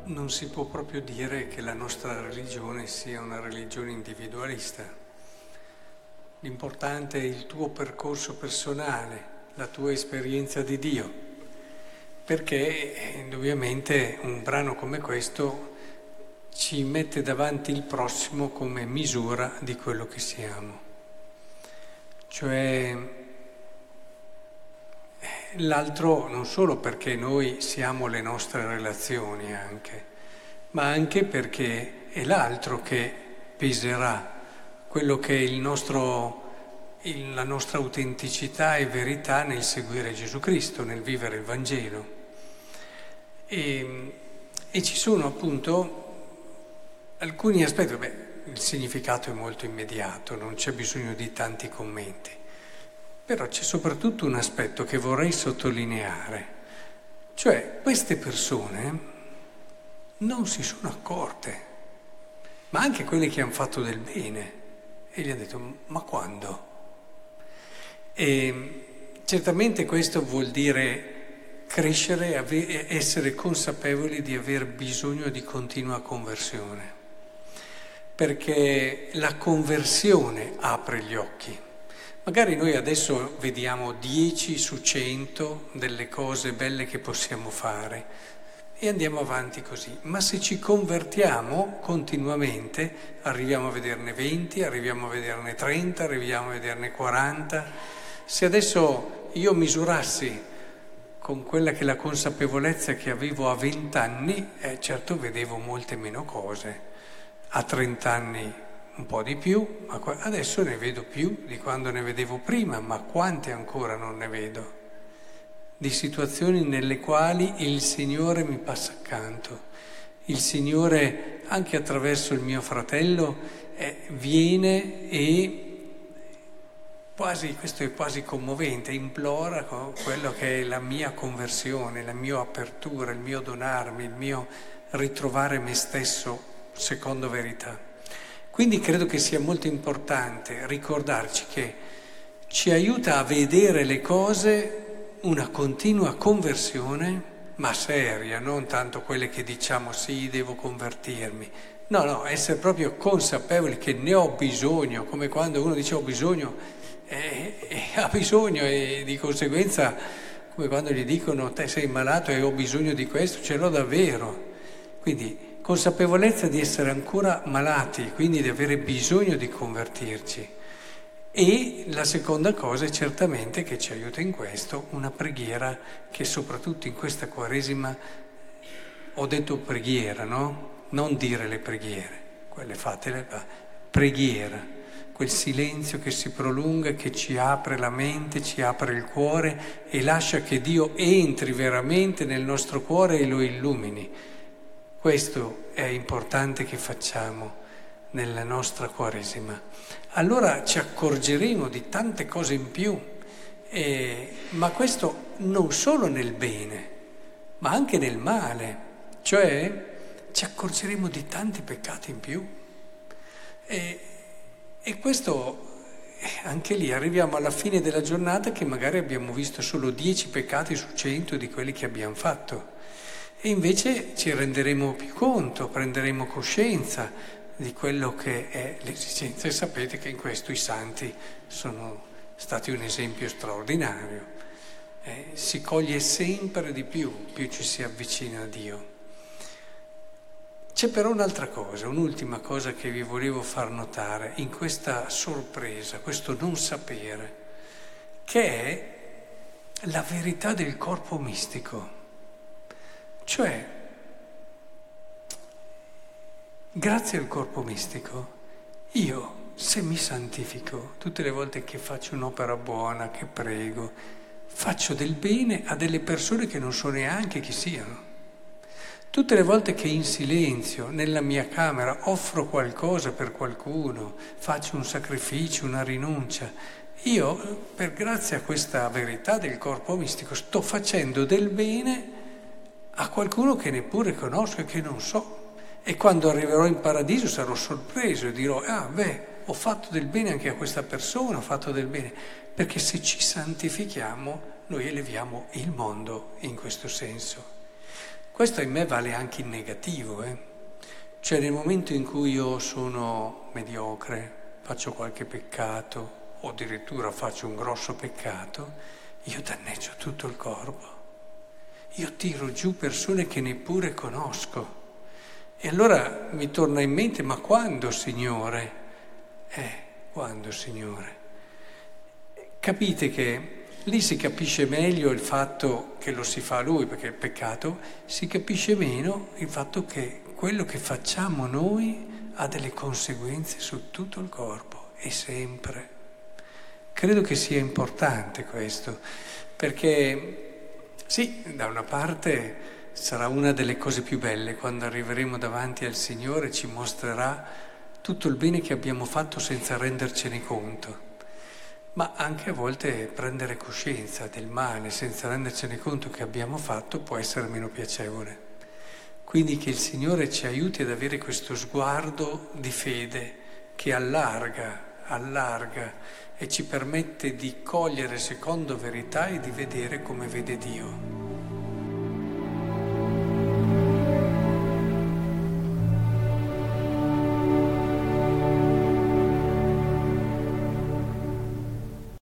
non si può proprio dire che la nostra religione sia una religione individualista. L'importante è il tuo percorso personale, la tua esperienza di Dio, perché indubbiamente un brano come questo ci mette davanti il prossimo come misura di quello che siamo. Cioè l'altro non solo perché noi siamo le nostre relazioni anche, ma anche perché è l'altro che peserà quello che è la nostra autenticità e verità nel seguire Gesù Cristo, nel vivere il Vangelo. E ci sono appunto alcuni aspetti, il significato è molto immediato, non c'è bisogno di tanti commenti, però c'è soprattutto un aspetto che vorrei sottolineare, cioè queste persone non si sono accorte, ma anche quelle che hanno fatto del bene, e gli hanno detto, ma quando? E certamente questo vuol dire crescere, essere consapevoli di aver bisogno di continua conversione, perché la conversione apre gli occhi. Magari noi adesso vediamo 10 su 100 delle cose belle che possiamo fare e andiamo avanti così, ma se ci convertiamo continuamente arriviamo a vederne 20, arriviamo a vederne 30, arriviamo a vederne 40. Se adesso io misurassi con quella che è la consapevolezza che avevo a 20 anni, certo vedevo molte meno cose, a 30 anni un po' di più, ma adesso ne vedo più di quando ne vedevo prima, ma quante ancora non ne vedo? Di situazioni nelle quali il Signore mi passa accanto, il Signore anche attraverso il mio fratello viene e quasi, questo è quasi commovente, implora quello che è la mia conversione, la mia apertura, il mio donarmi, il mio ritrovare me stesso secondo verità. Quindi credo che sia molto importante ricordarci che ci aiuta a vedere le cose una continua conversione, ma seria, non tanto quelle che diciamo sì, devo convertirmi. No, essere proprio consapevoli che ne ho bisogno, come quando uno dice ho bisogno, ha bisogno e di conseguenza, come quando gli dicono te sei malato e ho bisogno di questo, ce l'ho davvero. Quindi consapevolezza di essere ancora malati, quindi di avere bisogno di convertirci. E la seconda cosa è certamente che ci aiuta in questo una preghiera che soprattutto in questa Quaresima, ho detto preghiera, no? Non dire le preghiere, quelle fatele, ma preghiera, quel silenzio che si prolunga, che ci apre la mente, ci apre il cuore e lascia che Dio entri veramente nel nostro cuore e lo illumini. Questo è importante che facciamo nella nostra Quaresima. Allora ci accorgeremo di tante cose in più, ma questo non solo nel bene, ma anche nel male, cioè ci accorgeremo di tanti peccati in più. E questo, anche lì, arriviamo alla fine della giornata che magari abbiamo visto solo 10 peccati su 100 di quelli che abbiamo fatto. E invece ci renderemo più conto, prenderemo coscienza di quello che è l'esistenza e sapete che in questo i santi sono stati un esempio straordinario. Si coglie sempre di più ci si avvicina a Dio. C'è però un'altra cosa, un'ultima cosa che vi volevo far notare in questa sorpresa, questo non sapere, che è la verità del corpo mistico. Cioè, grazie al corpo mistico, io, se mi santifico, tutte le volte che faccio un'opera buona, che prego, faccio del bene a delle persone che non so neanche chi siano. Tutte le volte che in silenzio, nella mia camera, offro qualcosa per qualcuno, faccio un sacrificio, una rinuncia, io, per grazia a questa verità del corpo mistico, sto facendo del bene a qualcuno che neppure conosco e che non so. E quando arriverò in paradiso sarò sorpreso e dirò, ho fatto del bene anche a questa persona, ho fatto del bene. Perché se ci santifichiamo, noi eleviamo il mondo in questo senso. Questo in me vale anche in negativo, Cioè nel momento in cui io sono mediocre, faccio qualche peccato o addirittura faccio un grosso peccato, io danneggio tutto il corpo. Io tiro giù persone che neppure conosco. E allora mi torna in mente, ma quando, Signore? Quando, Signore? Capite che lì si capisce meglio il fatto che lo si fa a Lui, perché il peccato, si capisce meno il fatto che quello che facciamo noi ha delle conseguenze su tutto il corpo e sempre. Credo che sia importante questo, perché sì, da una parte sarà una delle cose più belle quando arriveremo davanti al Signore, ci mostrerà tutto il bene che abbiamo fatto senza rendercene conto, ma anche a volte prendere coscienza del male senza rendercene conto che abbiamo fatto può essere meno piacevole. Quindi che il Signore ci aiuti ad avere questo sguardo di fede che allarga e ci permette di cogliere secondo verità e di vedere come vede Dio.